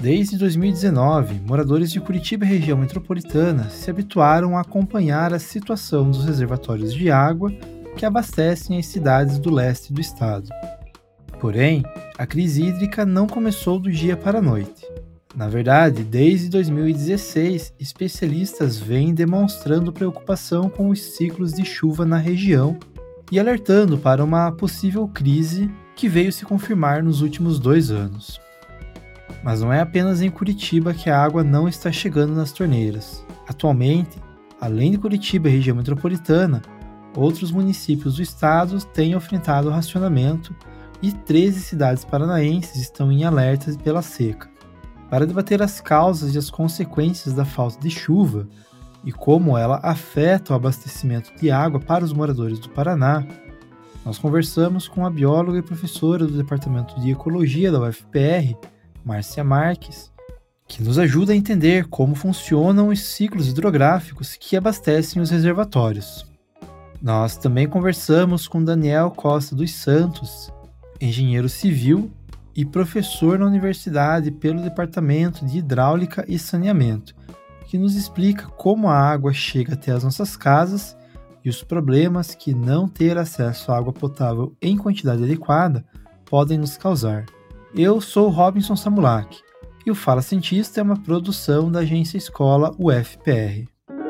Desde 2019, moradores de Curitiba e região metropolitana se habituaram a acompanhar a situação dos reservatórios de água que abastecem as cidades do leste do estado. Porém, a crise hídrica não começou do dia para a noite. Na verdade, desde 2016, especialistas vêm demonstrando preocupação com os ciclos de chuva na região e alertando para uma possível crise que veio se confirmar nos últimos 2 anos. Mas não é apenas em Curitiba que a água não está chegando nas torneiras. Atualmente, além de Curitiba e região metropolitana, outros municípios do estado têm enfrentado racionamento e 13 cidades paranaenses estão em alerta pela seca. Para debater as causas e as consequências da falta de chuva e como ela afeta o abastecimento de água para os moradores do Paraná, nós conversamos com a bióloga e professora do Departamento de Ecologia da UFPR, Márcia Marques, que nos ajuda a entender como funcionam os ciclos hidrográficos que abastecem os reservatórios. Nós também conversamos com Daniel Costa dos Santos, engenheiro civil e professor na universidade pelo Departamento de Hidráulica e Saneamento, que nos explica como a água chega até as nossas casas e os problemas que não ter acesso à água potável em quantidade adequada podem nos causar. Eu sou Robinson Samulak e o Fala Cientista é uma produção da Agência Escola UFPR.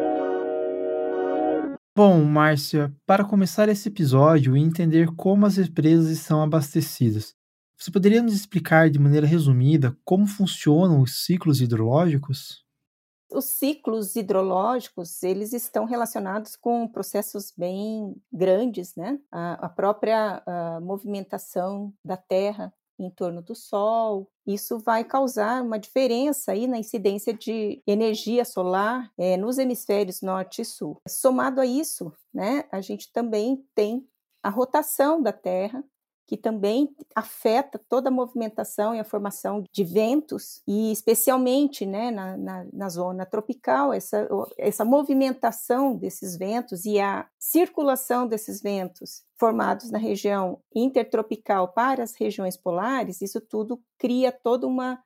Bom, Márcia, para começar esse episódio e entender como as represas estão abastecidas, você poderia nos explicar de maneira resumida como funcionam os ciclos hidrológicos? Os ciclos hidrológicos, eles estão relacionados com processos bem grandes, né? A própria movimentação da Terra em torno do Sol, isso vai causar uma diferença aí na incidência de energia solar nos hemisférios norte e sul. Somado a isso, né, a gente também tem a rotação da Terra, que também afeta toda a movimentação e a formação de ventos, e especialmente, né, na zona tropical, essa movimentação desses ventos e a circulação desses ventos formados na região intertropical para as regiões polares, isso tudo cria toda uma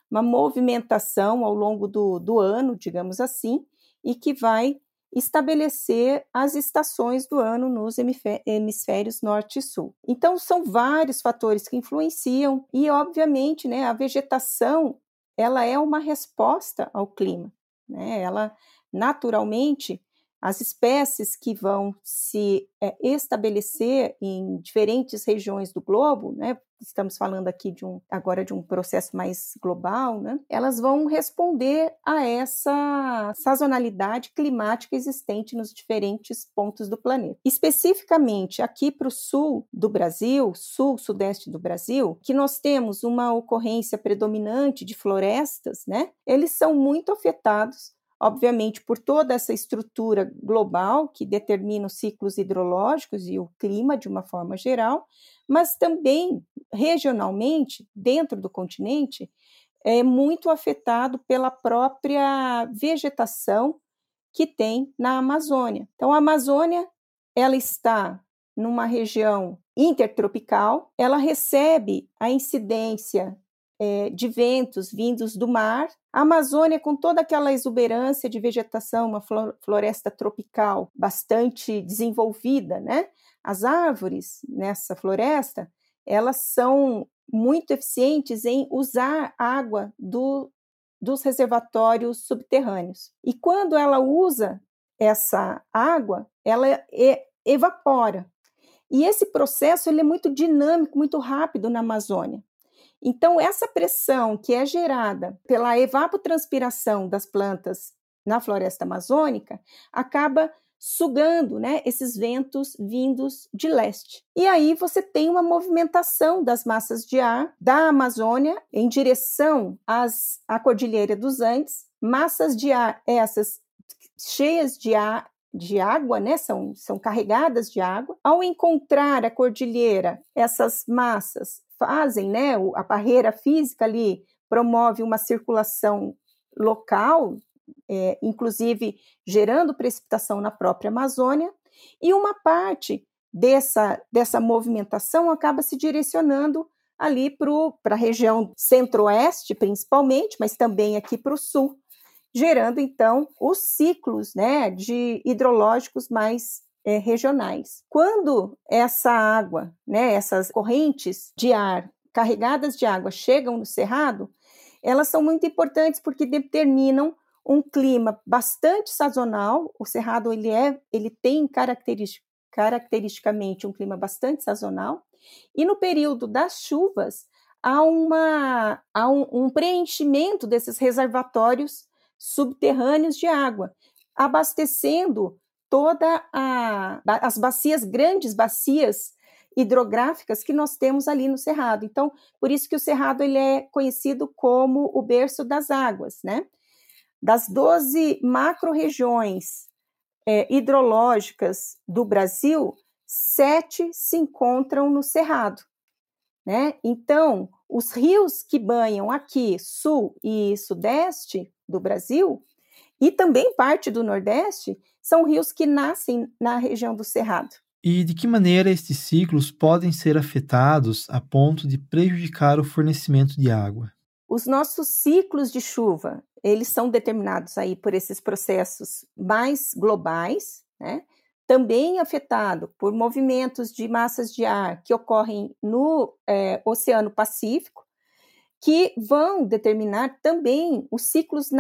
movimentação ao longo do ano, digamos assim, e que vai estabelecer as estações do ano nos hemisférios norte e sul. Então, são vários fatores que influenciam e, obviamente, né, a vegetação ela é uma resposta ao clima, né? Ela, naturalmente, as espécies que vão se estabelecer em diferentes regiões do globo, né? Estamos falando aqui agora de um processo mais global, né? Elas vão responder a essa sazonalidade climática existente nos diferentes pontos do planeta. Especificamente aqui para o sul do Brasil, sul-sudeste do Brasil, que nós temos uma ocorrência predominante de florestas, né? Eles são muito afetados, obviamente, por toda essa estrutura global que determina os ciclos hidrológicos e o clima de uma forma geral, mas também regionalmente, dentro do continente, é muito afetado pela própria vegetação que tem na Amazônia. Então, a Amazônia, ela está numa região intertropical, ela recebe a incidência de ventos vindos do mar. A Amazônia, com toda aquela exuberância de vegetação, uma floresta tropical bastante desenvolvida, né? As árvores nessa floresta, elas são muito eficientes em usar água dos reservatórios subterrâneos. E quando ela usa essa água, ela evapora. E esse processo ele é muito dinâmico, muito rápido na Amazônia. Então, essa pressão que é gerada pela evapotranspiração das plantas na floresta amazônica acaba sugando, né, esses ventos vindos de leste. E aí você tem uma movimentação das massas de ar da Amazônia em direção à Cordilheira dos Andes, massas de ar essas cheias de água, né, são carregadas de água. Ao encontrar a cordilheira, essas massas fazem, né, a barreira física ali promove uma circulação local, inclusive gerando precipitação na própria Amazônia, e uma parte dessa movimentação acaba se direcionando ali para a região centro-oeste, principalmente, mas também aqui para o sul, gerando, então, os ciclos, né, de hidrológicos mais regionais. Quando essa água, né, essas correntes de ar carregadas de água chegam no cerrado, elas são muito importantes porque determinam um clima bastante sazonal. O cerrado ele tem caracteristicamente um clima bastante sazonal, e no período das chuvas há um preenchimento desses reservatórios subterrâneos de água, abastecendo toda as bacias, grandes bacias hidrográficas que nós temos ali no cerrado. Então, por isso que o cerrado ele é conhecido como o berço das águas, né? Das 12 macro-regiões hidrológicas do Brasil, 7 se encontram no cerrado, né? Então, os rios que banham aqui, sul e sudeste do Brasil, e também parte do Nordeste, são rios que nascem na região do cerrado. E de que maneira estes ciclos podem ser afetados a ponto de prejudicar o fornecimento de água? Os nossos ciclos de chuva, eles são determinados aí por esses processos mais globais, né? Também afetado por movimentos de massas de ar que ocorrem no Oceano Pacífico, que vão determinar também os ciclos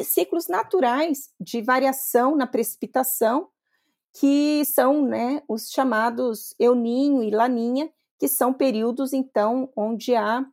naturais de variação na precipitação, que são, né, os chamados El Niño e Laninha, que são períodos, então, onde há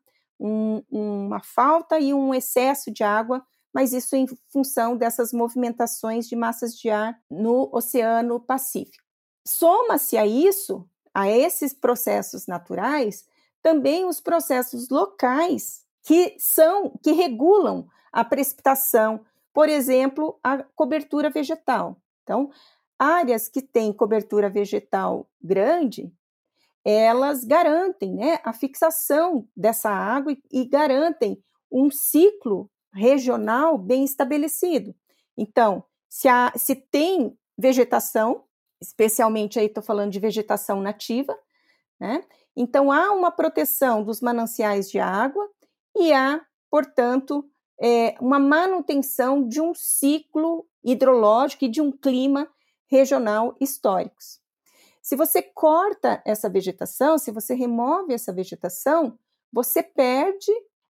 uma falta e um excesso de água, mas isso em função dessas movimentações de massas de ar no Oceano Pacífico. Soma-se a isso, a esses processos naturais, também os processos locais que regulam a precipitação, por exemplo, a cobertura vegetal. Então, áreas que têm cobertura vegetal grande, elas garantem, né, a fixação dessa água e garantem um ciclo regional bem estabelecido. Então, se tem vegetação, especialmente aí estou falando de vegetação nativa, né? Então há uma proteção dos mananciais de água e há, portanto, uma manutenção de um ciclo hidrológico e de um clima regional históricos. Se você corta essa vegetação, se você remove essa vegetação, você perde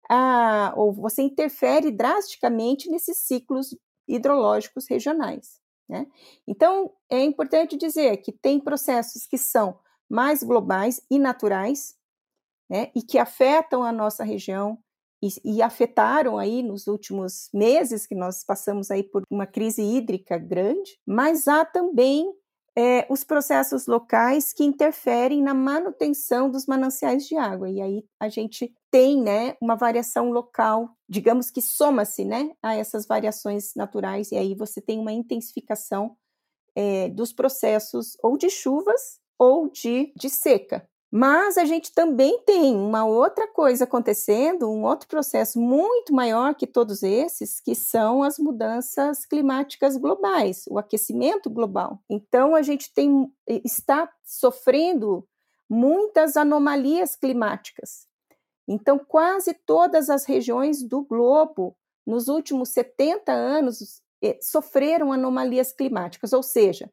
ou você interfere drasticamente nesses ciclos hidrológicos regionais, né? Então, é importante dizer que tem processos que são mais globais e naturais, né, e que afetam a nossa região e afetaram aí nos últimos meses que nós passamos aí por uma crise hídrica grande, mas há também os processos locais que interferem na manutenção dos mananciais de água, e aí a gente tem, né, uma variação local, digamos que soma-se, né, a essas variações naturais, e aí você tem uma intensificação dos processos ou de chuvas ou de seca. Mas a gente também tem uma outra coisa acontecendo, um outro processo muito maior que todos esses, que são as mudanças climáticas globais, o aquecimento global. Então, a gente está sofrendo muitas anomalias climáticas. Então, quase todas as regiões do globo, nos últimos 70 anos, sofreram anomalias climáticas, ou seja,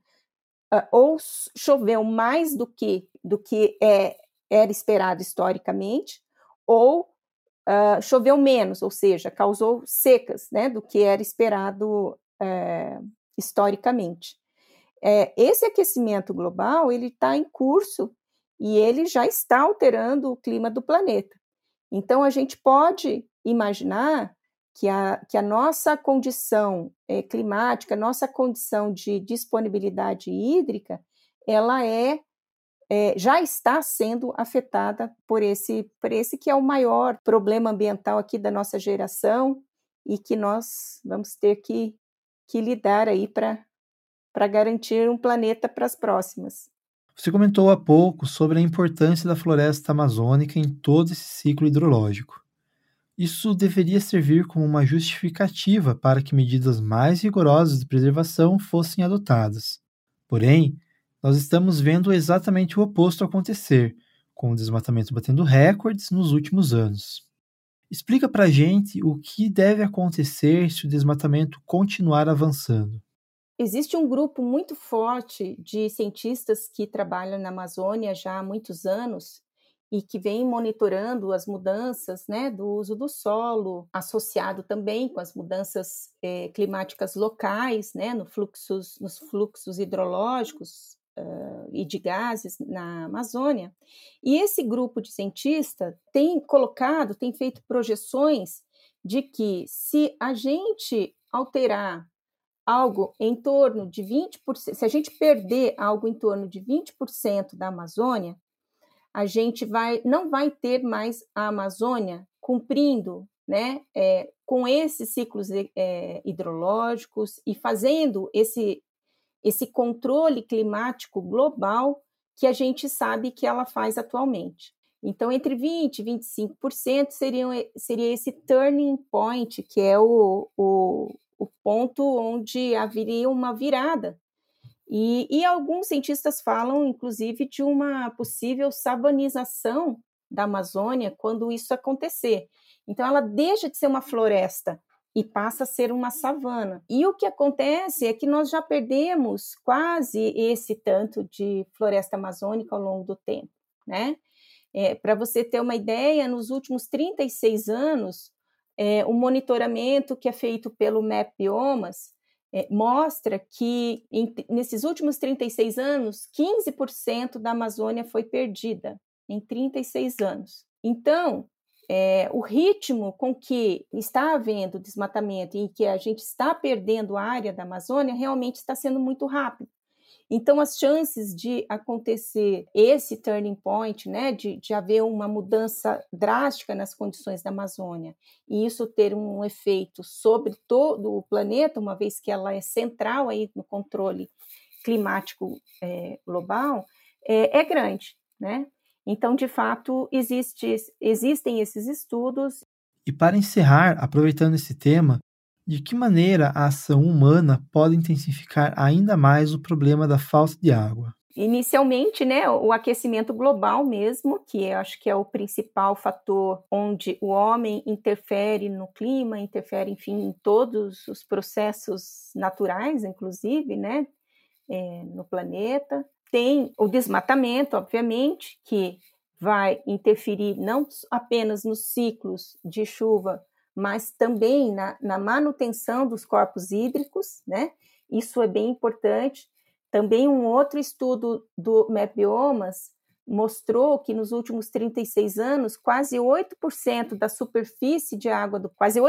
ou choveu mais do que era esperado historicamente, ou choveu menos, ou seja, causou secas, né, do que era esperado historicamente. Esse aquecimento global ele está em curso e ele já está alterando o clima do planeta. Então, a gente pode imaginar que a nossa condição climática, a nossa condição de disponibilidade hídrica, ela já está sendo afetada por esse que é o maior problema ambiental aqui da nossa geração e que nós vamos ter que lidar aí para garantir um planeta para as próximas. Você comentou há pouco sobre a importância da floresta amazônica em todo esse ciclo hidrológico. Isso deveria servir como uma justificativa para que medidas mais rigorosas de preservação fossem adotadas. Porém, nós estamos vendo exatamente o oposto acontecer, com o desmatamento batendo recordes nos últimos anos. Explica pra gente o que deve acontecer se o desmatamento continuar avançando. Existe um grupo muito forte de cientistas que trabalham na Amazônia já há muitos anos e que vem monitorando as mudanças, né, do uso do solo, associado também com as mudanças climáticas locais, né, nos fluxos hidrológicos e de gases na Amazônia. E esse grupo de cientistas tem feito projeções de que se a gente alterar algo em torno de 20%, se a gente perder algo em torno de 20% da Amazônia, a gente não vai ter mais a Amazônia cumprindo, né, com esses ciclos hidrológicos e fazendo esse controle climático global que a gente sabe que ela faz atualmente. Então, entre 20% e 25% seria esse turning point, que é o ponto onde haveria uma virada. E alguns cientistas falam, inclusive, de uma possível savanização da Amazônia quando isso acontecer. Então, ela deixa de ser uma floresta e passa a ser uma savana. E o que acontece é que nós já perdemos quase esse tanto de floresta amazônica ao longo do tempo, né? Para você ter uma ideia, nos últimos 36 anos, o monitoramento que é feito pelo MAP Biomas mostra que nesses últimos 36 anos, 15% da Amazônia foi perdida em 36 anos. Então, o ritmo com que está havendo desmatamento e que a gente está perdendo a área da Amazônia realmente está sendo muito rápido. Então, as chances de acontecer esse turning point, né, de haver uma mudança drástica nas condições da Amazônia, e isso ter um efeito sobre todo o planeta, uma vez que ela é central aí no controle climático global, é grande, né? Então, de fato, existem esses estudos. E para encerrar, aproveitando esse tema, de que maneira a ação humana pode intensificar ainda mais o problema da falta de água? Inicialmente, né, o aquecimento global mesmo, que eu acho que é o principal fator onde o homem interfere no clima, interfere, enfim, em todos os processos naturais, inclusive, né, no planeta. Tem o desmatamento, obviamente, que vai interferir não apenas nos ciclos de chuva, mas também na manutenção dos corpos hídricos, né? Isso é bem importante. Também um outro estudo do MAP Biomas mostrou que nos últimos 36 anos, quase 8% da superfície de água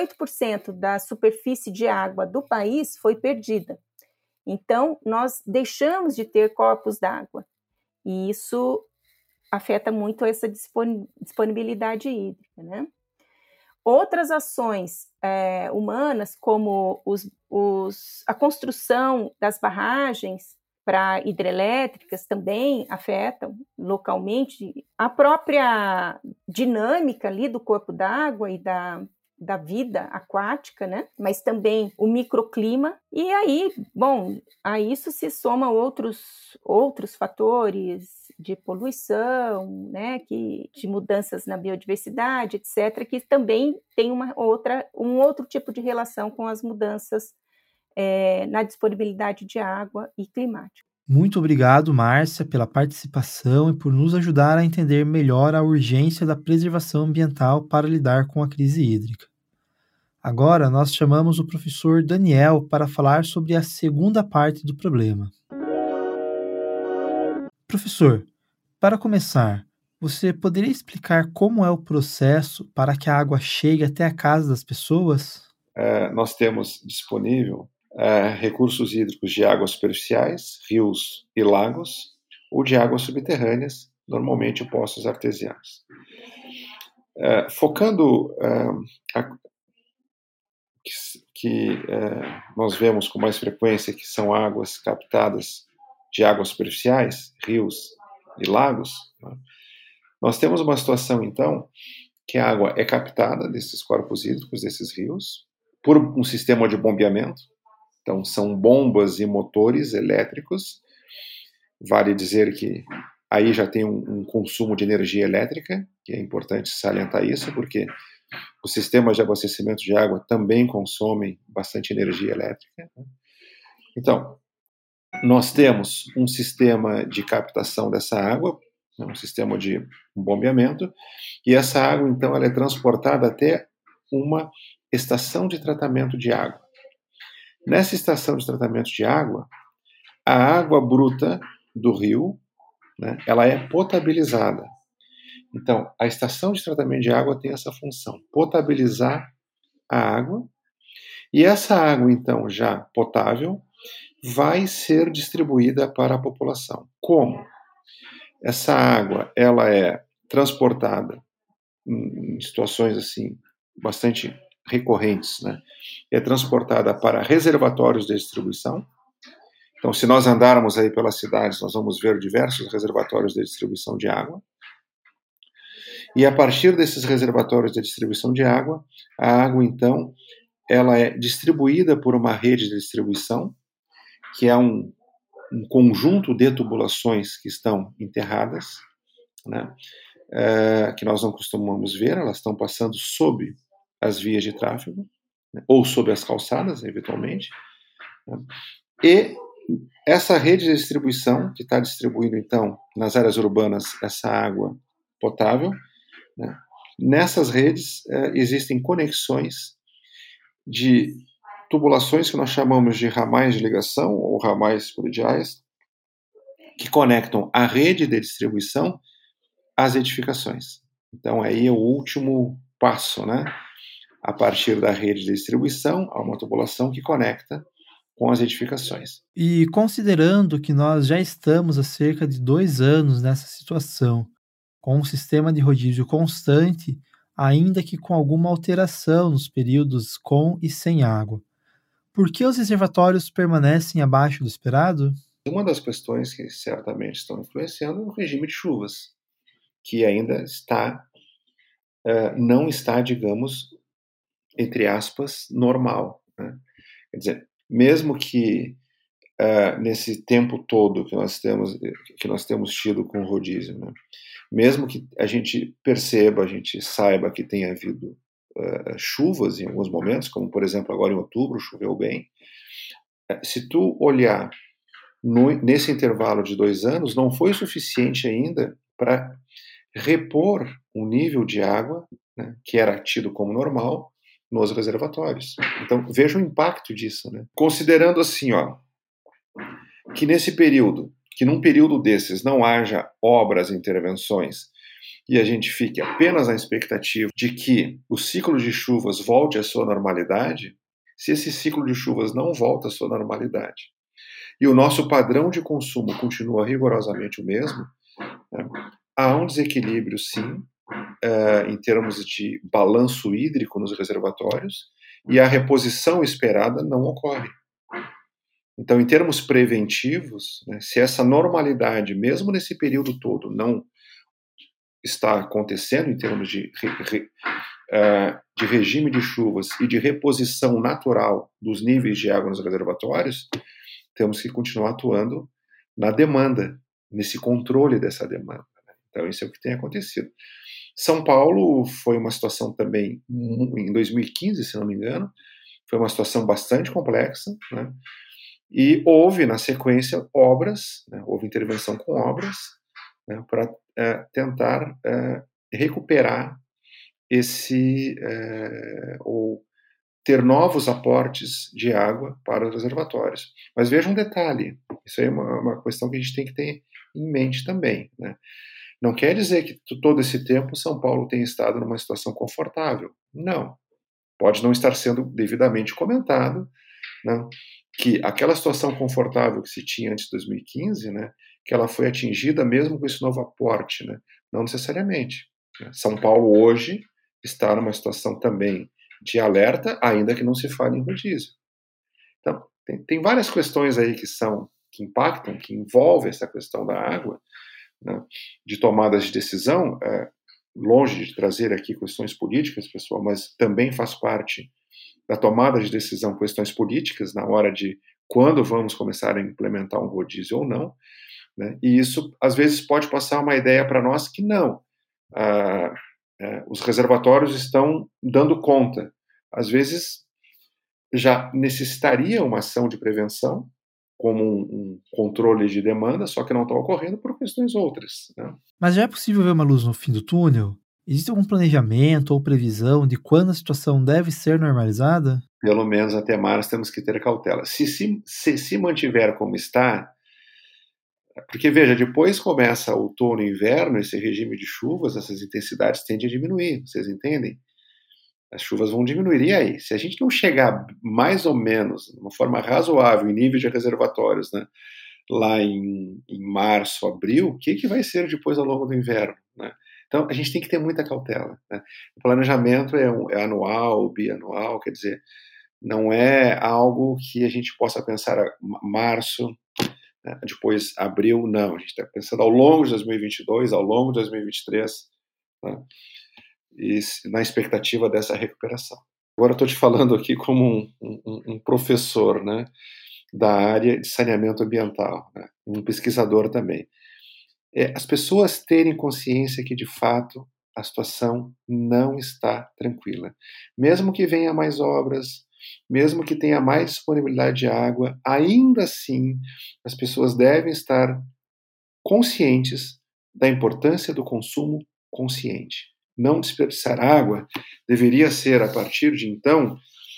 do país foi perdida. Então, nós deixamos de ter corpos d'água, e isso afeta muito essa disponibilidade hídrica, né? Outras ações humanas, como a construção das barragens para hidrelétricas, também afetam localmente a própria dinâmica ali do corpo d'água e da vida aquática, né? Mas também o microclima. E aí, bom, a isso se soma outros fatores de poluição, né, de mudanças na biodiversidade, etc., que também tem um outro tipo de relação com as mudanças na disponibilidade de água e climática. Muito obrigado, Márcia, pela participação e por nos ajudar a entender melhor a urgência da preservação ambiental para lidar com a crise hídrica. Agora, nós chamamos o professor Daniel para falar sobre a segunda parte do problema. Professor, para começar, você poderia explicar como é o processo para que a água chegue até a casa das pessoas? Nós temos disponível recursos hídricos de águas superficiais, rios e lagos, ou de águas subterrâneas, normalmente poços artesianos. Focando que nós vemos com mais frequência que são águas captadas de águas superficiais, rios e lagos, né? Nós temos uma situação, então, que a água é captada desses corpos hídricos, desses rios, por um sistema de bombeamento. Então, são bombas e motores elétricos. Vale dizer que Aí já tem um consumo de energia elétrica, que é importante salientar isso, porque os sistemas de abastecimento de água também consomem bastante energia elétrica. Então, nós temos um sistema de captação dessa água, um sistema de bombeamento, e essa água, então, ela é transportada até uma estação de tratamento de água. Nessa estação de tratamento de água, a água bruta do rio, né, ela é potabilizada. Então, a estação de tratamento de água tem essa função, potabilizar a água, e essa água, então, já potável, vai ser distribuída para a população. Como? Essa água, ela é transportada em situações assim bastante recorrentes, né? É transportada para reservatórios de distribuição. Então, se nós andarmos aí pelas cidades, nós vamos ver diversos reservatórios de distribuição de água. E a partir desses reservatórios de distribuição de água, a água, então, ela é distribuída por uma rede de distribuição, que é um conjunto de tubulações que estão enterradas, né, que nós não costumamos ver, elas estão passando sob as vias de tráfego, né, ou sob as calçadas, eventualmente. Né, e essa rede de distribuição, que está distribuindo, então, nas áreas urbanas, essa água potável, né, nessas redes existem conexões de tubulações que nós chamamos de ramais de ligação ou ramais prediais, que conectam a rede de distribuição às edificações. Então, aí é o último passo, né? A partir da rede de distribuição, há uma tubulação que conecta com as edificações. E considerando que nós já estamos há cerca de 2 anos nessa situação, com um sistema de rodízio constante, ainda que com alguma alteração nos períodos com e sem água, por que os reservatórios permanecem abaixo do esperado? Uma das questões que certamente estão influenciando é o regime de chuvas, que ainda não está, digamos, entre aspas, normal. Né? Quer dizer, mesmo que nesse tempo todo que nós temos tido com o rodízio, né? Mesmo que a gente perceba, a gente saiba que tem havido chuvas em alguns momentos, como por exemplo agora em outubro choveu bem, se tu olhar nesse intervalo de 2 anos, não foi suficiente ainda para repor um nível de água, né, que era tido como normal nos reservatórios. Então veja o impacto disso, né? Considerando assim, que num período desses não haja obras, intervenções, e a gente fique apenas na expectativa de que o ciclo de chuvas volte à sua normalidade, se esse ciclo de chuvas não volta à sua normalidade, e o nosso padrão de consumo continua rigorosamente o mesmo, né, há um desequilíbrio, sim, em termos de balanço hídrico nos reservatórios, e a reposição esperada não ocorre. Então, em termos preventivos, né, se essa normalidade, mesmo nesse período todo, não está acontecendo em termos de regime de chuvas e de reposição natural dos níveis de água nos reservatórios, temos que continuar atuando na demanda, nesse controle dessa demanda. Né? Então, isso é o que tem acontecido. São Paulo foi uma situação também, em 2015, se não me engano, foi uma situação bastante complexa, né? E houve, na sequência, obras, né? Houve intervenção com obras, né? Para tentar recuperar ou ter novos aportes de água para os reservatórios. Mas veja um detalhe, isso aí é uma questão que a gente tem que ter em mente também, né? Não quer dizer que todo esse tempo São Paulo tenha estado numa situação confortável. Não. Pode não estar sendo devidamente comentado, né, que aquela situação confortável que se tinha antes de 2015, né, que ela foi atingida mesmo com esse novo aporte, né? Não necessariamente. Né? São Paulo hoje está numa situação também de alerta, ainda que não se fale em rodízio. Então, tem várias questões aí que impactam, que envolvem essa questão da água, né, de tomadas de decisão, longe de trazer aqui questões políticas, pessoal, mas também faz parte da tomada de decisão questões políticas na hora de quando vamos começar a implementar um rodízio ou não, né? E isso, às vezes, pode passar uma ideia para nós que não. Os reservatórios estão dando conta. Às vezes, já necessitaria uma ação de prevenção, como um controle de demanda, só que não está ocorrendo por questões outras, né? Mas já é possível ver uma luz no fim do túnel? Existe algum planejamento ou previsão de quando a situação deve ser normalizada? Pelo menos até março temos que ter cautela. Se mantiver como está, porque veja, depois começa outono e inverno, esse regime de chuvas, essas intensidades tendem a diminuir, vocês entendem? As chuvas vão diminuir. E aí? Se a gente não chegar mais ou menos, de uma forma razoável, em nível de reservatórios, né, lá em março, abril, o que vai ser depois ao longo do inverno, né? Então, a gente tem que ter muita cautela, né? O planejamento é anual, bianual, quer dizer, não é algo que a gente possa pensar março, né, depois abril, não. A gente está pensando ao longo de 2022, ao longo de 2023, né, e na expectativa dessa recuperação. Agora estou te falando aqui como um professor, né, da área de saneamento ambiental, né, um pesquisador também. As pessoas terem consciência que, de fato, a situação não está tranquila. Mesmo que venha mais obras, mesmo que tenha mais disponibilidade de água, ainda assim as pessoas devem estar conscientes da importância do consumo consciente. Não desperdiçar água deveria ser, a partir de então,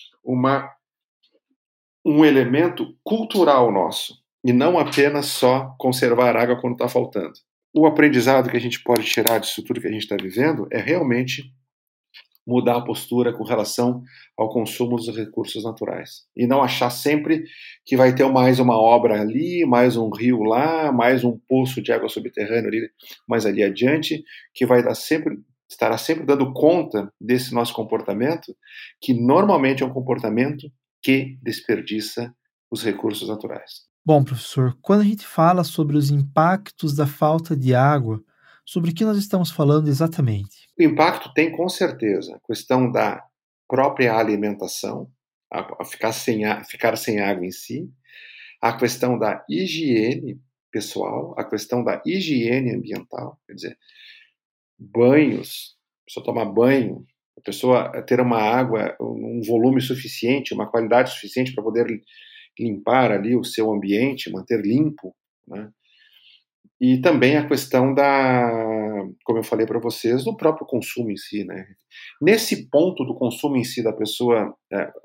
um elemento cultural nosso, e não apenas só conservar água quando está faltando. O aprendizado que a gente pode tirar disso tudo que a gente está vivendo é realmente mudar a postura com relação ao consumo dos recursos naturais. E não achar sempre que vai ter mais uma obra ali, mais um rio lá, mais um poço de água subterrânea ali, mais ali adiante, que estará sempre dando conta desse nosso comportamento, que normalmente é um comportamento que desperdiça os recursos naturais. Bom, professor, quando a gente fala sobre os impactos da falta de água, sobre o que nós estamos falando exatamente? O impacto tem, com certeza, a questão da própria alimentação, a ficar sem água em si, a questão da higiene pessoal, a questão da higiene ambiental, quer dizer, banhos, a pessoa tomar banho, a pessoa ter uma água, um volume suficiente, uma qualidade suficiente para poder limpar ali o seu ambiente, manter limpo, né? E também a questão como eu falei para vocês, do próprio consumo em si, né? Nesse ponto do consumo em si da pessoa,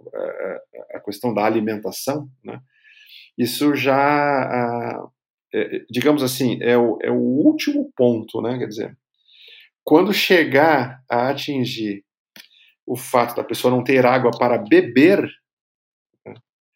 a questão da alimentação, né? Isso já, digamos assim, é o último ponto, né? Quer dizer, quando chegar a atingir o fato da pessoa não ter água para beber, né,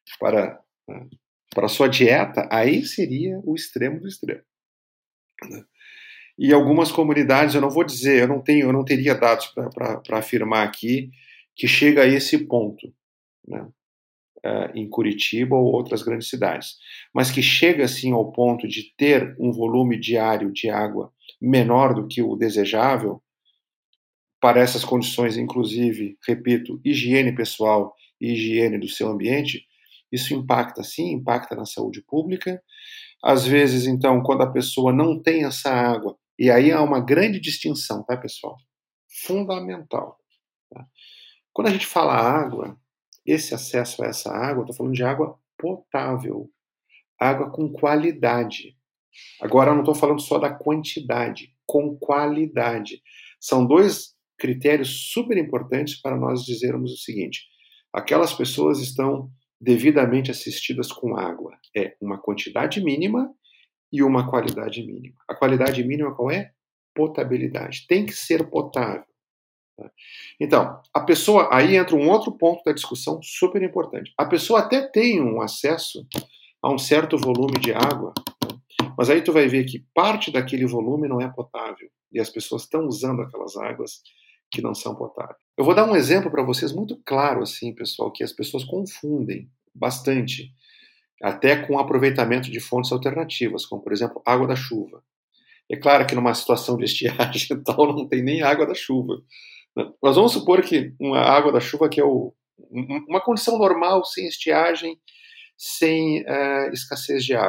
para a sua dieta, aí seria o extremo do extremo, né? E algumas comunidades, eu não vou dizer, eu não teria dados para afirmar aqui que chega a esse ponto, né, em Curitiba ou outras grandes cidades, mas que chega assim ao ponto de ter um volume diário de água menor do que o desejável, para essas condições, inclusive, repito, higiene pessoal e higiene do seu ambiente, isso impacta sim, impacta na saúde pública. Às vezes, então, quando a pessoa não tem essa água, e aí há uma grande distinção, tá, pessoal? Fundamental. Tá? Quando a gente fala água, esse acesso a essa água, eu estou falando de água potável, água com qualidade. Agora, eu não estou falando só da quantidade, com qualidade. São dois critérios super importantes para nós dizermos o seguinte: aquelas pessoas estão devidamente assistidas com água. É uma quantidade mínima e uma qualidade mínima. A qualidade mínima qual é? Potabilidade. Tem que ser potável. Tá? Então, a pessoa, aí entra um outro ponto da discussão super importante. A pessoa até tem um acesso a um certo volume de água, né? Mas aí tu vai ver que parte daquele volume não é potável e as pessoas estão usando aquelas águas que não são potáveis. Eu vou dar um exemplo para vocês muito claro, assim, pessoal, que as pessoas confundem bastante, até com aproveitamento de fontes alternativas, como, por exemplo, água da chuva. É claro que numa situação de estiagem e tal, não tem nem água da chuva. Mas vamos supor que uma água da chuva que é uma condição normal, sem estiagem, sem escassez de água.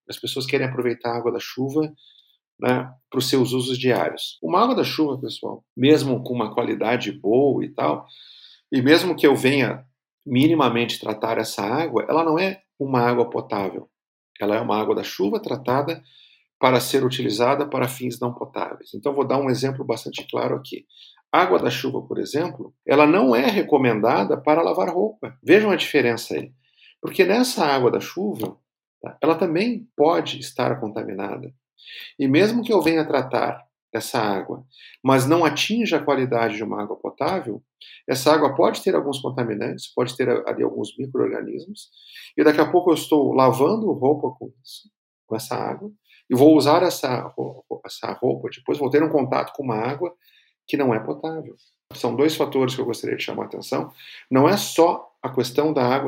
As pessoas querem aproveitar a água da chuva, né, para os seus usos diários. Uma água da chuva, pessoal, mesmo com uma qualidade boa e tal, e mesmo que eu venha minimamente tratar essa água, ela não é uma água potável. Ela é uma água da chuva tratada para ser utilizada para fins não potáveis. Então, vou dar um exemplo bastante claro aqui. Água da chuva, por exemplo, ela não é recomendada para lavar roupa. Vejam a diferença aí. Porque nessa água da chuva, ela também pode estar contaminada. E mesmo que eu venha tratar essa água, mas não atinja a qualidade de uma água potável, essa água pode ter alguns contaminantes, pode ter ali alguns micro-organismos, e daqui a pouco eu estou lavando roupa com essa água, e vou usar essa roupa, depois vou ter um contato com uma água que não é potável. São dois fatores que eu gostaria de chamar a atenção. Não é só a questão da água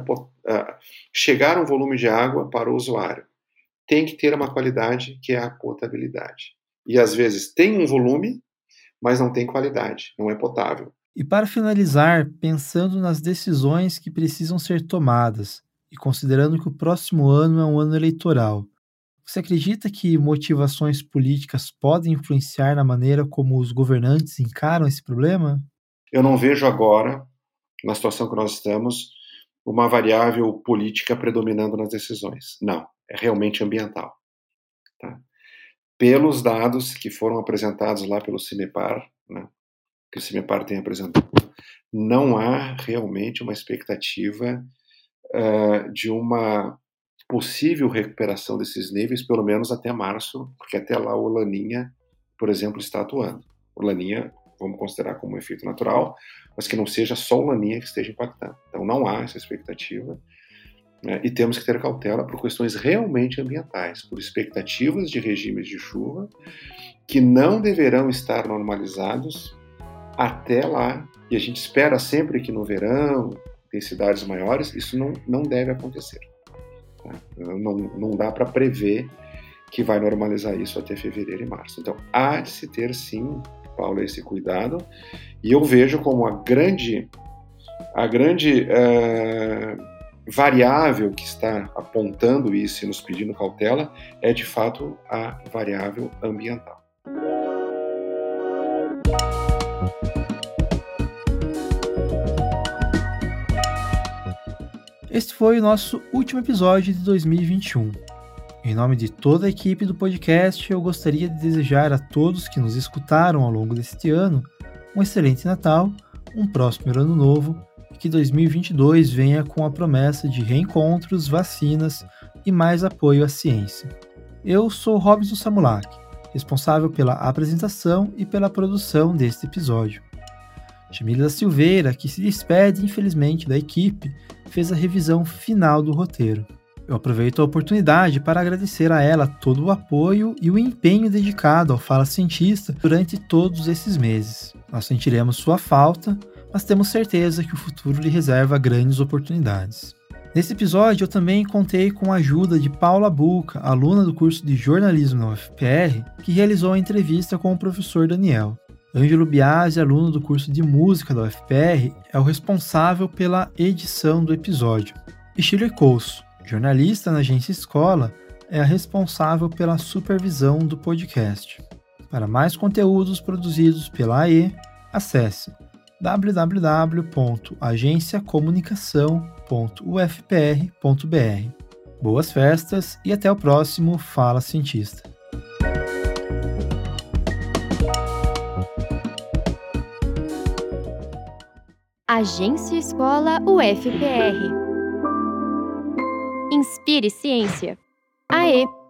chegar um volume de água para o usuário. Tem que ter uma qualidade que é a potabilidade. E às vezes tem um volume, mas não tem qualidade, não é potável. E para finalizar, pensando nas decisões que precisam ser tomadas e considerando que o próximo ano é um ano eleitoral, você acredita que motivações políticas podem influenciar na maneira como os governantes encaram esse problema? Eu não vejo agora, na situação que nós estamos, uma variável política predominando nas decisões. Não, é realmente ambiental. Tá? Pelos dados que foram apresentados lá pelo CIMEPAR, né, que o CIMEPAR tem apresentado, não há realmente uma expectativa de uma possível recuperação desses níveis, pelo menos até março, porque até lá o Laninha, por exemplo, está atuando. O Laninha, vamos considerar como um efeito natural, mas que não seja só o Laninha que esteja impactando. Então não há essa expectativa, né, e temos que ter cautela por questões realmente ambientais, por expectativas de regimes de chuva que não deverão estar normalizados até lá, e a gente espera sempre que no verão, intensidades maiores, isso não deve acontecer. Tá? Não dá para prever que vai normalizar isso até fevereiro e março. Então, há de se ter, sim, Paulo, esse cuidado, e eu vejo como a grande variável que está apontando isso e nos pedindo cautela é, de fato, a variável ambiental. Este foi o nosso último episódio de 2021. Em nome de toda a equipe do podcast, eu gostaria de desejar a todos que nos escutaram ao longo deste ano um excelente Natal, um próspero Ano Novo e que 2022 venha com a promessa de reencontros, vacinas e mais apoio à ciência. Eu sou Robson Samulak, responsável pela apresentação e pela produção deste episódio. Jamila Silveira, que se despede infelizmente da equipe, fez a revisão final do roteiro. Eu aproveito a oportunidade para agradecer a ela todo o apoio e o empenho dedicado ao Fala Cientista durante todos esses meses. Nós sentiremos sua falta, mas temos certeza que o futuro lhe reserva grandes oportunidades. Nesse episódio eu também contei com a ajuda de Paula Buca, aluna do curso de jornalismo na UFPR, que realizou a entrevista com o professor Daniel. Ângelo Biasi, aluno do curso de música da UFPR, é o responsável pela edição do episódio. E Shirley Couso, jornalista na Agência Escola, é a responsável pela supervisão do podcast. Para mais conteúdos produzidos pela AE, acesse www.agenciacomunicação.ufpr.br. Boas festas e até o próximo Fala Cientista. Agência Escola UFPR. Inspire Ciência. AE.